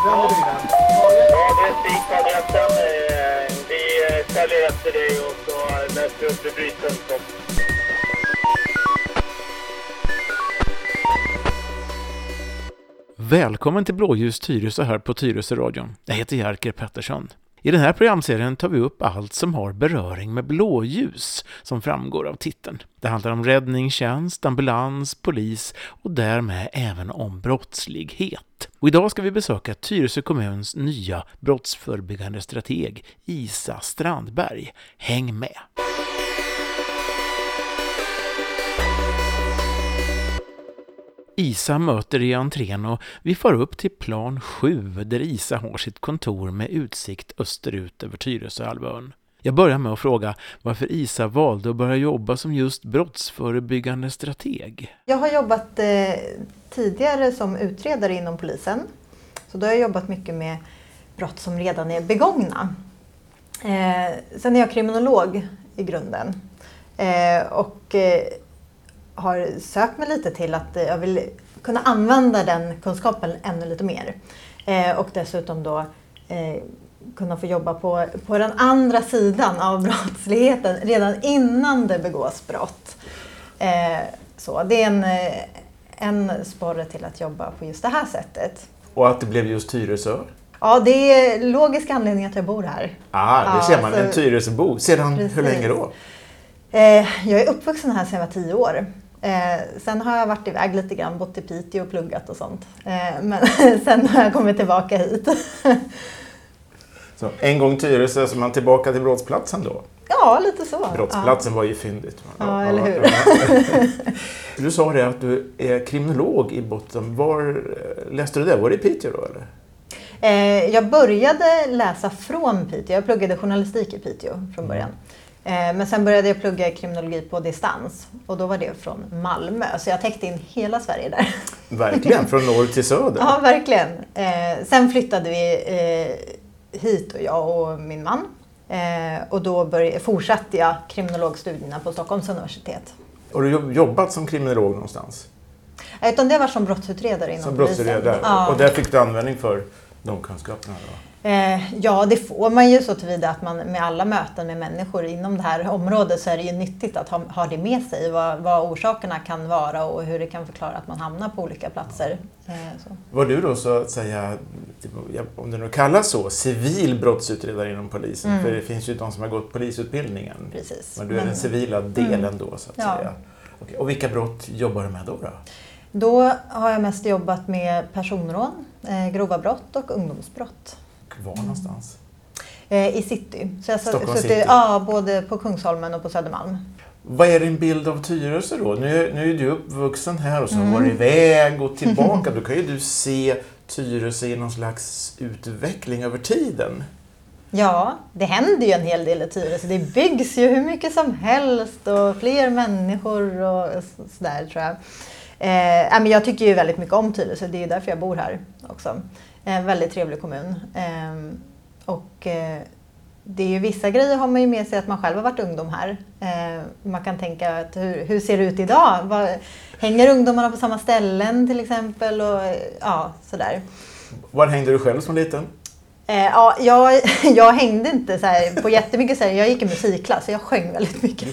Ja, det är Stigpadrätten. Vi följer efter dig och så läser upp rubriken. Välkommen till Blåljus Tyresö här på Tyresö-radion. Jag heter Jerker Pettersson. I den här programserien tar vi upp allt som har beröring med blåljus som framgår av titeln. Det handlar om räddningstjänst, ambulans, polis och därmed även om brottslighet. Och idag ska vi besöka Tyresö kommuns nya brottsförebyggande strateg Isa Strandberg. Häng med! Isa möter i entrén och vi far upp till plan 7 där Isa har sitt kontor med utsikt österut över Tyresöhalvön. Jag börjar med att fråga varför Isa valde att börja jobba som just brottsförebyggande strateg. Jag har jobbat tidigare som utredare inom polisen. Så då har jag jobbat mycket med brott som redan är begångna. Sen är jag kriminolog i grunden. Och har sökt mig lite till att jag vill kunna använda den kunskapen ännu lite mer. Och dessutom då kunna få jobba på den andra sidan av brottsligheten redan innan det begås brott. Så det är en sporre till att jobba på just det här sättet. Och att det blev just Tyresö? Ja, det är logisk anledning att jag bor här. Det ser man, en Tyresöbo. Sedan hur länge då? Jag är uppvuxen här sedan jag var 10 år. Sen har jag varit iväg lite grann, bott i Piteå och pluggat och sånt. Men sen har jag kommit tillbaka hit. Så en gång Tyresö så man tillbaka till brottsplatsen då? Ja, lite så. Brottsplatsen var ju fyndigt. Ja, eller hur? Du sa det att du är kriminolog i botten. Var läste du det? Var det i Piteå då eller? Jag började läsa från Piteå. Jag pluggade journalistik i Piteå från början. Men sen började jag plugga kriminologi på distans. Och då var det från Malmö. Så jag täckte in hela Sverige där. Verkligen, från norr till söder. Ja, verkligen. Sen flyttade vi hit och jag och min man. Och då fortsatte jag kriminologstudierna på Stockholms universitet. Har du jobbat som kriminolog någonstans? Utan det var som brottsutredare inom som brottsutredare. Ja. Och där fick du användning för de kunskaperna då? Ja, det får man ju så tillvida att man med alla möten med människor inom det här området så är det ju nyttigt att ha det med sig. Vad orsakerna kan vara och hur det kan förklara att man hamnar på olika platser. Så. Var du då så att säga, om det nu kallas så, civil brottsutredare inom polisen? För det finns ju de som har gått polisutbildningen. Precis. Men du är den civila delen då så att säga. Okej. Och vilka brott jobbar du med då? Då har jag mest jobbat med personrån, grova brott och ungdomsbrott. Var någonstans? I city. Så jag Stockholm city. City? Ja, både på Kungsholmen och på Södermalm. Vad är din bild av Tyresö då? Nu är du uppvuxen här och så har varit iväg och tillbaka. Då kan ju du se Tyresö i någon slags utveckling över tiden. Ja, det händer ju en hel del i Tyresö. Det byggs ju hur mycket som helst och fler människor och sådär tror jag. Men jag tycker ju väldigt mycket om Tyresö. Det är ju därför jag bor här också. En väldigt trevlig kommun. Och det är ju vissa grejer har man ju med sig att man själv har varit ungdom här. Man kan tänka att hur ser det ut idag? Hänger ungdomarna på samma ställen till exempel? Och, ja, sådär. Var hängde du själv som liten? Ja, jag hängde inte så här på jättemycket. Så här, jag gick i musikklass så jag sjöng väldigt mycket.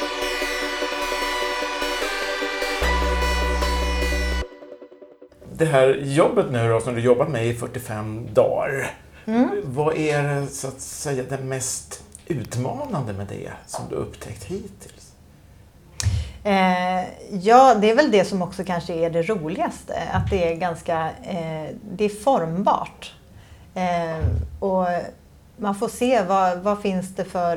Det här jobbet nu då, som du jobbat med i 45 dagar. Vad är så att säga det mest utmanande med det som du upptäckt hittills? Ja, det är väl det som också kanske är det roligaste. Att det är ganska det är formbart. Och man får se vad finns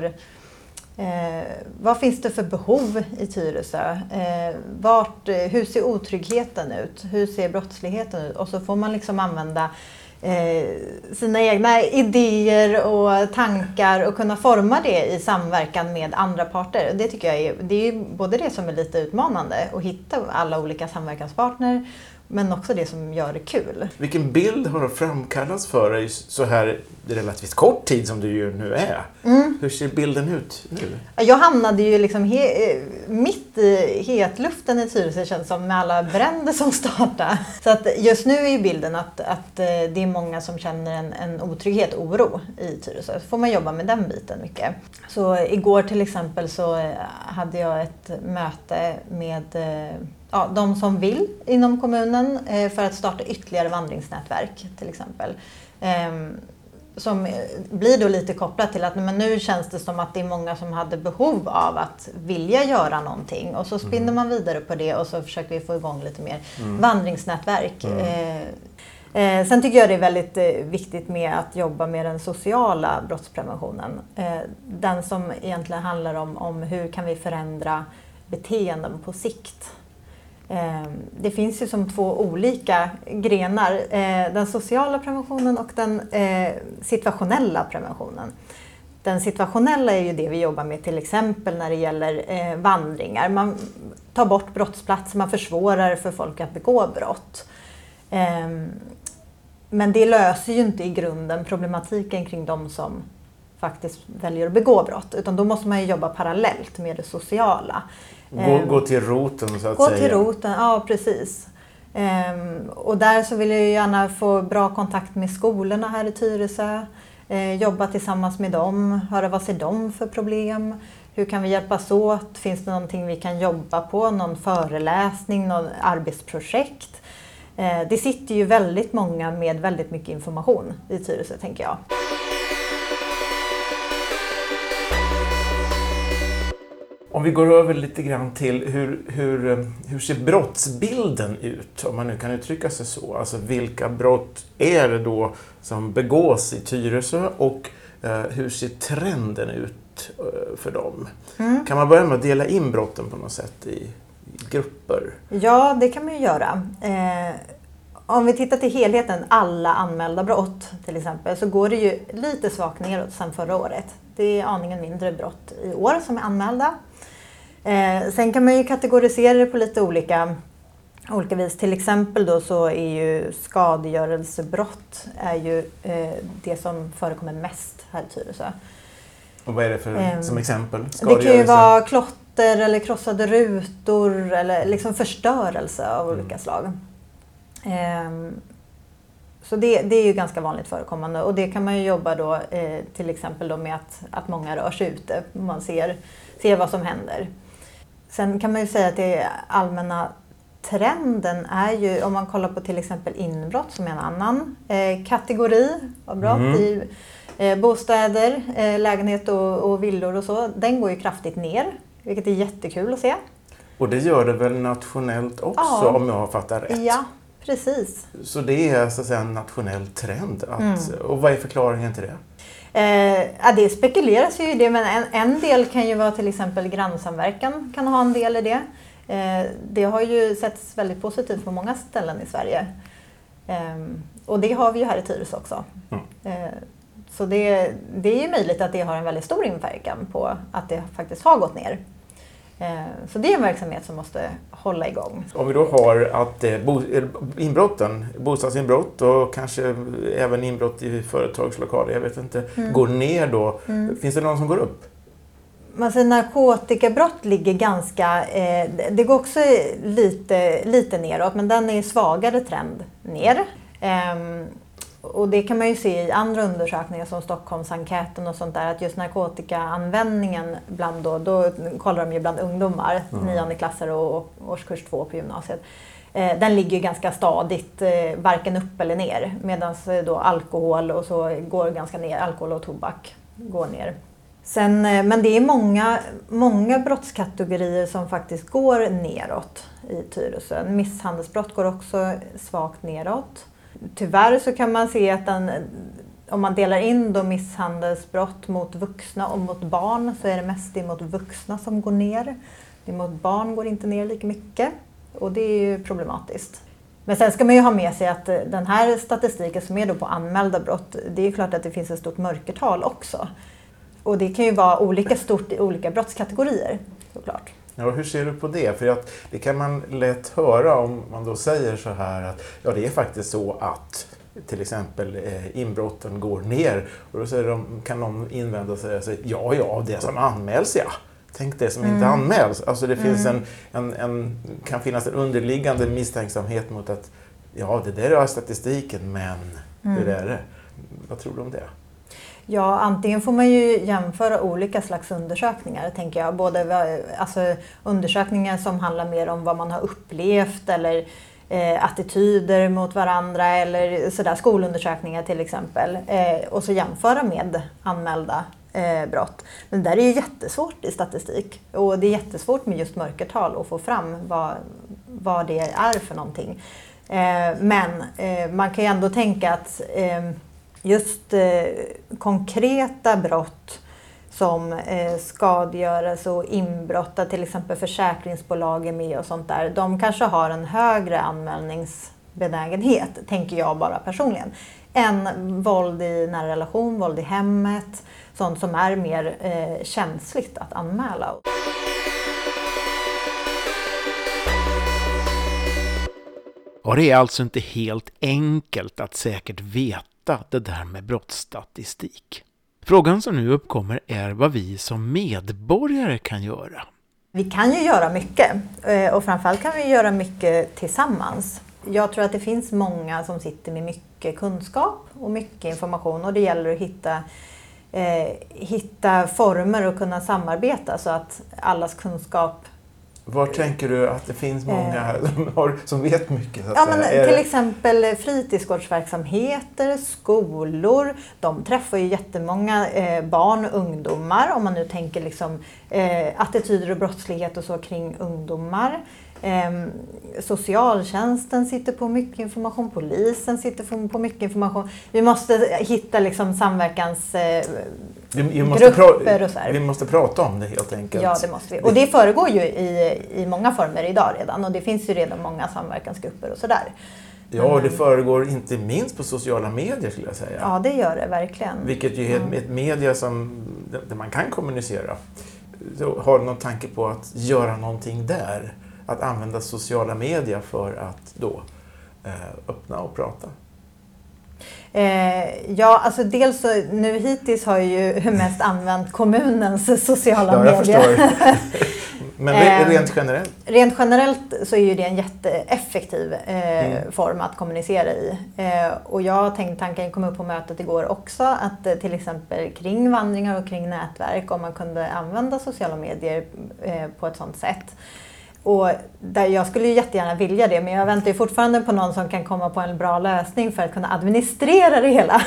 det för behov i Tyresö? Hur ser otryggheten ut? Hur ser brottsligheten ut? Och så får man liksom använda sina egna idéer och tankar och kunna forma det i samverkan med andra parter. Det tycker jag det är både det som är lite utmanande att hitta alla olika samverkanspartner, men också det som gör det kul. Vilken bild har framkallats för dig så här relativt kort tid som du ju nu är? Hur ser bilden ut nu? Jag hamnade ju liksom mitt i hetluften i Tyresö, känns som, med alla bränder som startade. Så att just nu är ju bilden att det är många som känner en otrygghet, oro i Tyresö. Så får man jobba med den biten mycket. Så igår till exempel så hade jag ett möte med de som vill inom kommunen för att starta ytterligare vandringsnätverk till exempel. Som blir då lite kopplat till att men nu känns det som att det är många som hade behov av att vilja göra någonting. Och så spinner man vidare på det och så försöker vi få igång lite mer vandringsnätverk. Sen tycker jag det är väldigt viktigt med att jobba med den sociala brottspreventionen. Den som egentligen handlar om hur kan vi förändra beteenden på sikt. Det finns ju som 2 olika grenar, den sociala preventionen och den situationella preventionen. Den situationella är ju det vi jobbar med till exempel när det gäller vandringar. Man tar bort brottsplatser, man försvårar för folk att begå brott. Men det löser ju inte i grunden problematiken kring de som faktiskt väljer att begå brott, utan då måste man ju jobba parallellt med det sociala. Gå till roten så att säga. Gå till roten, ja precis. Och där så vill jag ju gärna få bra kontakt med skolorna här i Tyresö. Jobba tillsammans med dem, höra vad ser de för problem. Hur kan vi hjälpas åt? Finns det någonting vi kan jobba på? Någon föreläsning, någon arbetsprojekt? Det sitter ju väldigt många med väldigt mycket information i Tyresö, tänker jag. Om vi går över lite grann till hur ser brottsbilden ut, om man nu kan uttrycka sig så. Alltså vilka brott är det då som begås i Tyresö och hur ser trenden ut för dem? Kan man börja med att dela in brotten på något sätt i grupper? Ja, det kan man ju göra. Om vi tittar till helheten, alla anmälda brott till exempel, så går det ju lite svagt neråt sedan förra året. Det är aningen mindre brott i år som är anmälda. Sen kan man ju kategorisera det på lite olika vis. Till exempel då så är ju skadegörelsebrott är ju det som förekommer mest här i Tyresö. Och vad är det för som exempel? Det kan ju vara klotter eller krossade rutor eller liksom förstörelse av olika slag. Så det är ju ganska vanligt förekommande och det kan man ju jobba då till exempel då med att många rör sig ute. Man ser vad som händer. Sen kan man ju säga att det allmänna trenden är ju, om man kollar på till exempel inbrott som är en annan kategori av brott i bostäder, lägenhet och villor och så. Den går ju kraftigt ner, vilket är jättekul att se. Och det gör det väl nationellt också, om jag fattar rätt? Ja, precis. Så det är så att säga en nationell trend. Och vad är förklaringen till det? Det spekuleras ju i det, men en del kan ju vara till exempel grannsamverkan kan ha en del i det. Det har ju setts väldigt positivt på många ställen i Sverige. Och det har vi ju här i Tyresö också. Så det är ju möjligt att det har en väldigt stor inverkan på att det faktiskt har gått ner. Så det är en verksamhet som måste hålla igång. Om vi då har att inbrotten, bostadsinbrott och kanske även inbrott i företagslokaler, jag vet inte, går ner då. Finns det någon som går upp? Man säger narkotikabrott ligger ganska, det går också lite neråt, men den är svagare trend ner. Och det kan man ju se i andra undersökningar som Stockholmsenkäten och sånt där, att just narkotikaanvändningen bland då kollar de ju bland ungdomar, 9:e klasser och årskurs 2 på gymnasiet. Den ligger ju ganska stadigt, varken upp eller ner, medan då alkohol och så går ganska ner, alkohol och tobak går ner. Sen, men det är många brottskategorier som faktiskt går neråt i Tyresö. Misshandelsbrott går också svagt neråt. Tyvärr så kan man se att om man delar in då misshandelsbrott mot vuxna och mot barn, så är det mest mot vuxna som går ner. Det mot barn går inte ner lika mycket och det är ju problematiskt. Men sen ska man ju ha med sig att den här statistiken som är då på anmälda brott, det är klart att det finns ett stort mörkertal också. Och det kan ju vara olika stort i olika brottskategorier, såklart. Ja, hur ser du på det? För att det kan man lätt höra om man då säger så här att ja, det är faktiskt så att till exempel inbrotten går ner. Och då säger kan någon invända sig och säga ja, det som anmäls, ja. Tänk det som inte anmäls. Alltså det finns kan finnas en underliggande misstänksamhet mot att ja, det där är statistiken, men hur är det? Vad tror du om det? Ja, antingen får man ju jämföra olika slags undersökningar, tänker jag. Både alltså, undersökningar som handlar mer om vad man har upplevt eller attityder mot varandra eller sådär, skolundersökningar till exempel. Och så jämföra med anmälda brott. Men där är ju jättesvårt i statistik. Och det är jättesvårt med just mörkertal att få fram vad det är för någonting. Men man kan ju ändå tänka att just konkreta brott som skadegörelse och inbrott, där till exempel försäkringsbolag är med och sånt där, de kanske har en högre anmälningsbenägenhet, tänker jag bara personligen, än våld i nära relation, våld i hemmet, sånt som är mer känsligt att anmäla. Och det är alltså inte helt enkelt att säkert veta det där med brottsstatistik. Frågan som nu uppkommer är vad vi som medborgare kan göra. Vi kan ju göra mycket och framförallt kan vi göra mycket tillsammans. Jag tror att det finns många som sitter med mycket kunskap och mycket information, och det gäller att hitta former och kunna samarbeta så att allas kunskap. Var tänker du att det finns många som vet mycket? Så att ja, men till exempel fritidsgårdsverksamheter, skolor, de träffar ju jättemånga barn och ungdomar, om man nu tänker liksom, attityder och brottslighet och så kring ungdomar. Socialtjänsten sitter på mycket information, polisen sitter på mycket information. Vi måste hitta liksom samverkansgrupper och så här. Vi måste prata om det helt enkelt. Ja, det måste vi. Och det föregår ju i många former idag redan, och det finns ju redan många samverkansgrupper och sådär. Ja, det föregår inte minst på sociala medier, skulle jag säga. Ja, det gör det verkligen. Vilket ju är ett media där man kan kommunicera. Så har du någon tanke på att göra någonting där? Att använda sociala medier för att då öppna och prata? Ja, alltså dels så, nu hittills har jag ju mest använt kommunens sociala medier. Ja, jag förstår. Men rent generellt? Rent generellt så är ju det en jätteeffektiv form att kommunicera i. Och tanken kom upp på mötet igår också, att till exempel kring vandringar och kring nätverk, om man kunde använda sociala medier på ett sådant sätt. Och där jag skulle ju jättegärna vilja det, men jag väntar ju fortfarande på någon som kan komma på en bra lösning för att kunna administrera det hela.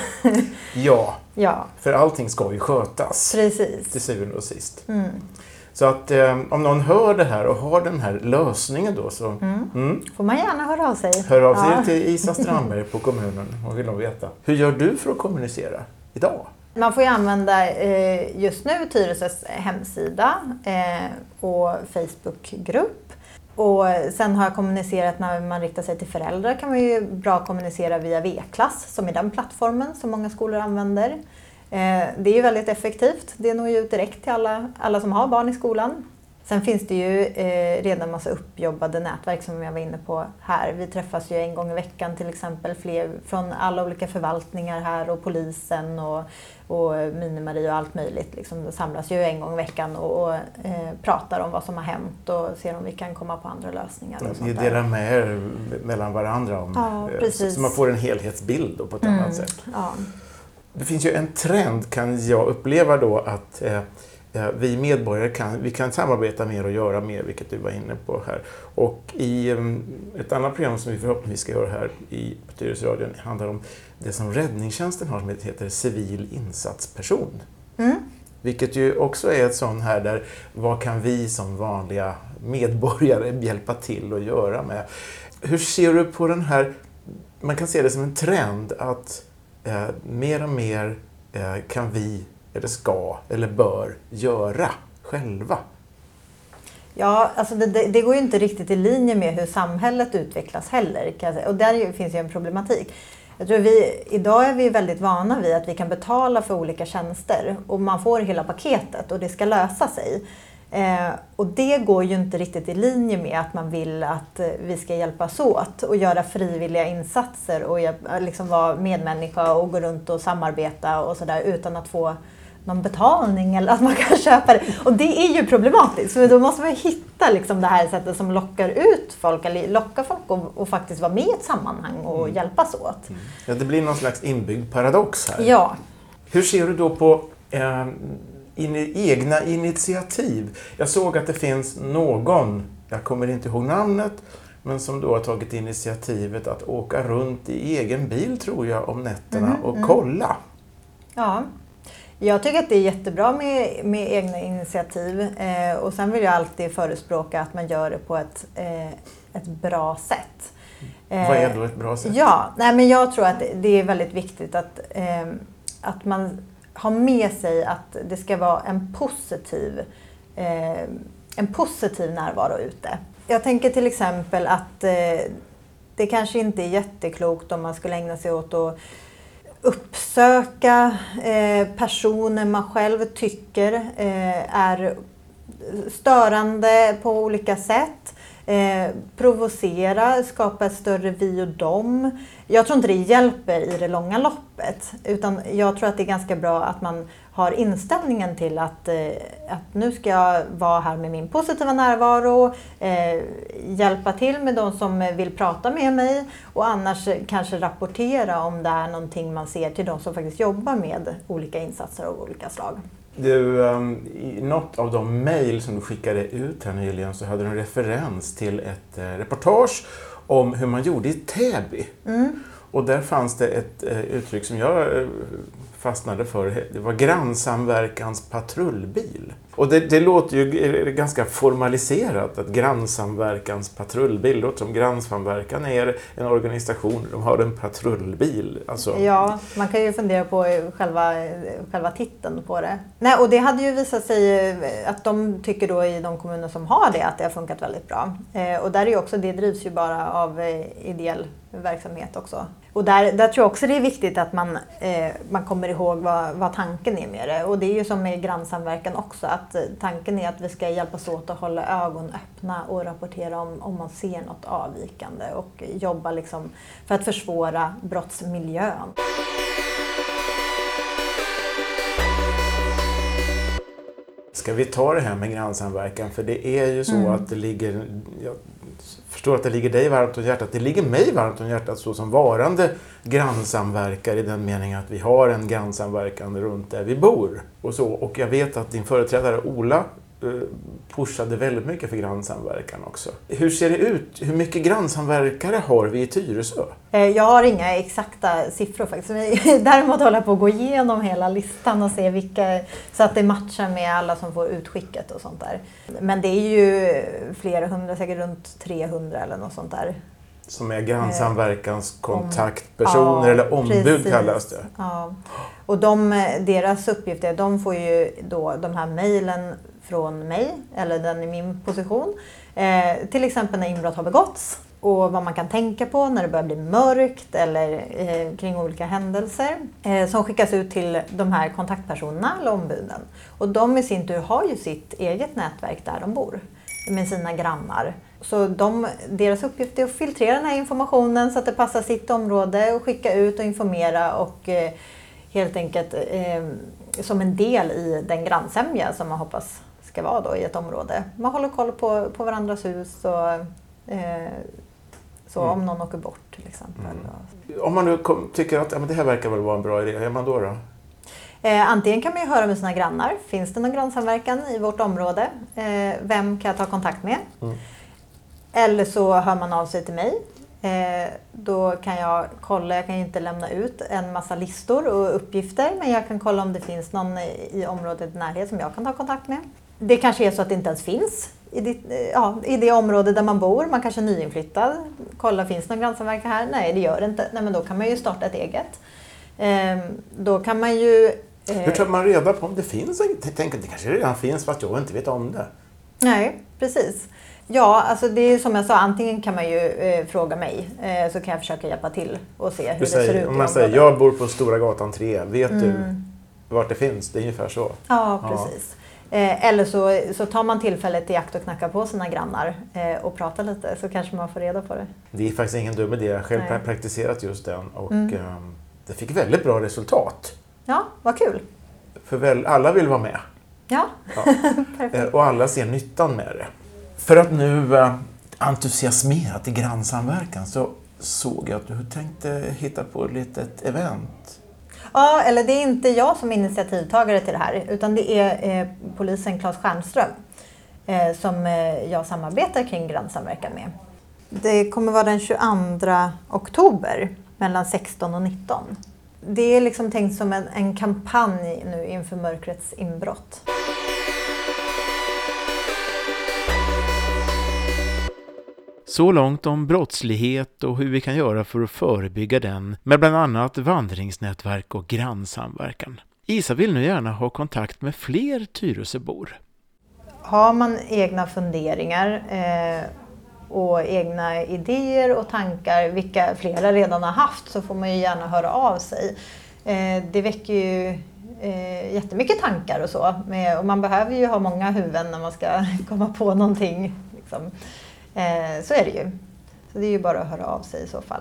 Ja, för allting ska ju skötas. Precis. Till syvende och sist. Så att om någon hör det här och har den här lösningen då, så får man gärna höra av sig. Hör av sig till Isa Strandberg på kommunen och vill nog veta. Hur gör du för att kommunicera idag? Man får ju använda just nu Tyresös hemsida och Facebookgrupp. Och sen har jag kommunicerat, när man riktar sig till föräldrar kan man ju bra kommunicera via V-klass, som är den plattformen som många skolor använder. Det är ju väldigt effektivt. Det når ju ut direkt till alla som har barn i skolan. Sen finns det ju redan massa uppjobbade nätverk som jag var inne på här. Vi träffas ju en gång i veckan till exempel, fler från alla olika förvaltningar här, och polisen och Mini-Marie och allt möjligt. Liksom, samlas ju en gång i veckan och pratar om vad som har hänt och ser om vi kan komma på andra lösningar. Ni delar med er mellan varandra så man får en helhetsbild då på ett annat sätt. Ja. Det finns ju en trend, kan jag uppleva då, att vi medborgare kan samarbeta mer och göra mer, vilket du var inne på här. Och i ett annat program som vi förhoppningsvis ska göra här på Tyresöradion handlar om det som räddningstjänsten har, som heter civil insatsperson. Vilket ju också är ett sånt här där, vad kan vi som vanliga medborgare hjälpa till att göra med? Hur ser du på den här, man kan se det som en trend att mer och mer kan vi, eller ska, eller bör göra själva? Ja, alltså det går ju inte riktigt i linje med hur samhället utvecklas heller, kan jag säga. Och där finns ju en problematik. Jag tror idag är vi väldigt vana vid att vi kan betala för olika tjänster och man får hela paketet och det ska lösa sig. Och det går ju inte riktigt i linje med att man vill att vi ska hjälpas åt och göra frivilliga insatser och liksom vara medmänniska och gå runt och samarbeta och sådär, utan att få någon betalning eller att man kan köpa det. Och det är ju problematiskt. För då måste man hitta liksom det här sättet som lockar ut folk, eller lockar folk och faktiskt vara med i ett sammanhang och hjälpas åt. Ja, det blir någon slags inbyggd paradox här. Ja. Hur ser du då på egna initiativ? Jag såg att det finns någon, jag kommer inte ihåg namnet, men som då har tagit initiativet att åka runt i egen bil, tror jag, om nätterna och kolla. Ja, jag tycker att det är jättebra med egna initiativ. Och sen vill jag alltid förespråka att man gör det på ett bra sätt. Vad är då ett bra sätt? Ja, men jag tror att det är väldigt viktigt att man har med sig att det ska vara en positiv närvaro ute. Jag tänker till exempel att det kanske inte är jätteklokt om man skulle ägna sig åt att uppsöka personer man själv tycker är störande på olika sätt. Provocera, skapa ett större vi och dem. Jag tror inte det hjälper i det långa loppet, utan jag tror att det är ganska bra att man har inställningen till att nu ska jag vara här med min positiva närvaro, hjälpa till med de som vill prata med mig och annars kanske rapportera om det är någonting man ser till de som faktiskt jobbar med olika insatser av olika slag. Du, i något av de mejl som du skickade ut här nyligen så hade du en referens till ett reportage om hur man gjorde i Täby. Och där fanns det ett uttryck som jag fastnade för. Det var grannsamverkans patrullbil. Och det låter ju ganska formaliserat att grannsamverkans patrullbil. Det låter som Grannsamverkan är en organisation, de har en patrullbil. Alltså. Ja, man kan ju fundera på själva titeln på det. Nej, och det hade ju visat sig att de tycker då i de kommuner som har det att det har funkat väldigt bra. Och där är ju också, det drivs ju bara av ideell verksamhet också. Och där tror jag också det är viktigt att man kommer ihåg vad tanken är med det. Och det är ju som med grannsamverkan också, att tanken är att vi ska hjälpas åt att hålla ögon öppna och rapportera om man ser något avvikande och jobba liksom för att försvåra brottsmiljön. Ska vi ta det här med grannsamverkan? För det är ju så att det ligger... Jag förstår att det ligger dig varmt om hjärtat. Det ligger mig varmt om hjärtat så som varande grannsamverkare i den meningen att vi har en grannsamverkan runt där vi bor. Och jag vet att din företrädare Ola pushade väldigt mycket för grannsamverkan också. Hur ser det ut? Hur mycket grannsamverkare har vi i Tyresö? Jag har inga exakta siffror faktiskt. Däremot håller jag på att gå igenom hela listan och se vilka, så att det matchar med alla som får utskicket och sånt där. Men det är ju flera hundra, säkert runt 300 eller något sånt där. Som är grannsamverkans kontaktpersoner eller ombud precis. Kallas det. Ja. Och deras uppgifter, de får ju då de här mejlen från mig, eller den i min position. Till exempel när inbrott har begåtts och vad man kan tänka på när det börjar bli mörkt eller kring olika händelser. Som skickas ut till de här kontaktpersonerna eller ombuden. Och de i sin tur har ju sitt eget nätverk där de bor med sina grannar. Så deras uppgift är att filtrera den här informationen så att det passar sitt område och skicka ut och informera och helt enkelt som en del i den grannsämja som man hoppas ska vara då i ett område. Man håller koll på varandras hus och om någon åker bort till exempel. Om man nu tycker att men det här verkar väl vara en bra idé, hur är man då? Antingen kan man ju höra med sina grannar. Finns det någon grannsamverkan i vårt område? Vem kan jag ta kontakt med? Eller så hör man av sig till mig. Då kan jag kolla, jag kan ju inte lämna ut en massa listor och uppgifter, men jag kan kolla om det finns någon i området i närhet som jag kan ta kontakt med. Det kanske är så att det inte ens finns i det område där man bor. Man kanske är nyinflyttad. Kolla, finns det någon grannsamverkan här? Nej, det gör det inte. Nej, men då kan man ju starta ett eget. Då kan man ju... Hur tar man reda på om det finns? Jag tänker det kanske redan finns fast jag inte vet om det. Nej, precis. Ja, alltså det är som jag sa, antingen kan man ju fråga mig så kan jag försöka hjälpa till och se hur det ser ut. Om man säger, jag bor på Stora gatan 3, vet du vart det finns? Det är ungefär så. Ja, precis. Eller så tar man tillfället i akt och knackar på sina grannar och pratar lite, så kanske man får reda på det. Det är faktiskt ingen dum idé. Jag har själv praktiserat just den och det fick väldigt bra resultat. Ja, vad kul. För väl, alla vill vara med. Ja. Och alla ser nyttan med det. För att nu entusiasmera till grannsamverkan så såg jag att du tänkte hitta på ett litet event. Ja, eller det är inte jag som är initiativtagare till det här, utan det är polisen Claes Stjernström som jag samarbetar kring grannsamverkan med. Det kommer vara den 22 oktober mellan 16 och 19. Det är liksom tänkt som en kampanj nu inför mörkrets inbrott. Så långt om brottslighet och hur vi kan göra för att förebygga den med bland annat vandringsnätverk och grannsamverkan. Isa vill nu gärna ha kontakt med fler Tyresöbor. Har man egna funderingar och egna idéer och tankar, vilka flera redan har haft, så får man ju gärna höra av sig. Det väcker ju jättemycket tankar och så. Och man behöver ju ha många huvuden när man ska komma på någonting. Liksom. Så är det ju. Så det är ju bara att höra av sig i så fall.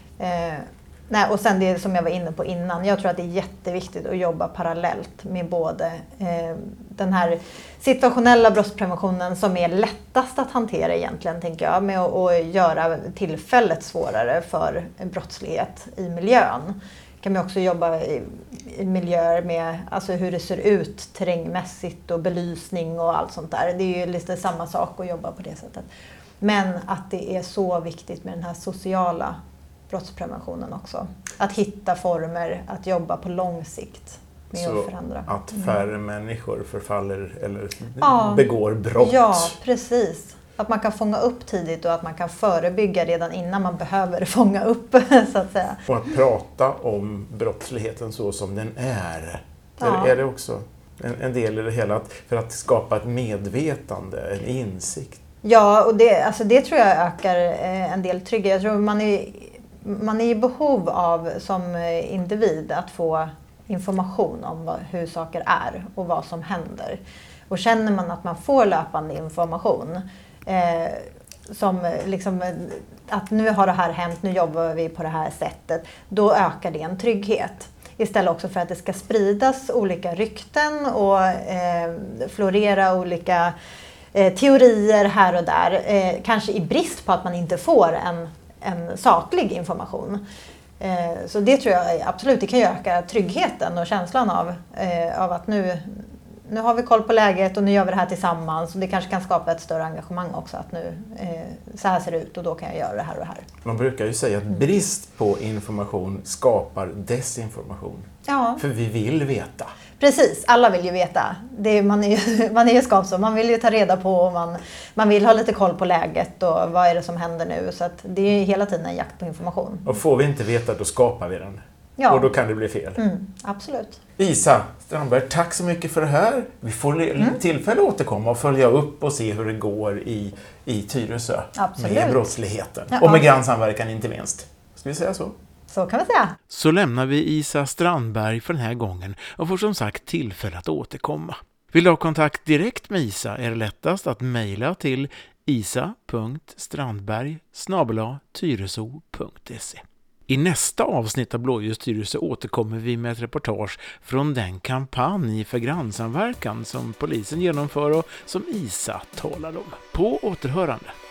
Och sen det som jag var inne på innan. Jag tror att det är jätteviktigt att jobba parallellt med både den här situationella brottspreventionen som är lättast att hantera egentligen, tänker jag, med att göra tillfället svårare för brottslighet i miljön. Kan man också jobba i miljöer med alltså hur det ser ut terrängmässigt och belysning och allt sånt där. Det är ju lite samma sak att jobba på det sättet. Men att det är så viktigt med den här sociala brottspreventionen också. Att hitta former, att jobba på lång sikt med så att förändra. Att färre människor förfaller eller begår brott. Ja, precis. Att man kan fånga upp tidigt och att man kan förebygga redan innan man behöver fånga upp, så att säga. Och att prata om brottsligheten så som den är. Är det också en del i det hela? För att skapa ett medvetande, en insikt. Ja, och det tror jag ökar en del trygghet. Jag tror man är i behov av som individ att få information om hur saker är och vad som händer. Och känner man att man får löpande information som liksom att nu har det här hänt, nu jobbar vi på det här sättet, då ökar det en trygghet. Istället också för att det ska spridas olika rykten och florera olika teorier här och där, kanske i brist på att man inte får en saklig information. Så det tror jag absolut, det kan ju öka tryggheten och känslan av att nu har vi koll på läget och nu gör vi det här tillsammans. Och det kanske kan skapa ett större engagemang också, att nu så här ser det ut och då kan jag göra det här och det här. Man brukar ju säga att brist på information skapar desinformation. Ja. För vi vill veta. Precis, alla vill ju veta. Man är ju skapsam, man vill ju ta reda på och man vill ha lite koll på läget och vad är det som händer nu. Så att det är hela tiden en jakt på information. Och får vi inte veta, då skapar vi den. Ja. Och då kan det bli fel. Absolut. Isa Strandberg, tack så mycket för det här. Vi får tillfälle att återkomma och följa upp och se hur det går i Tyresö. Absolut. Med brottsligheten. Ja. Och med grannsamverkan inte minst. Ska vi säga så? Så kan vi säga. Så lämnar vi Isa Strandberg för den här gången och får som sagt tillfälle att återkomma. Vill du ha kontakt direkt med Isa är det lättast att mejla till isa.strandberg@tyreso.se. I nästa avsnitt av Blåljus Tyresö återkommer vi med ett reportage från den kampanj för grannsamverkan som polisen genomför och som Isa talar om. På återhörande.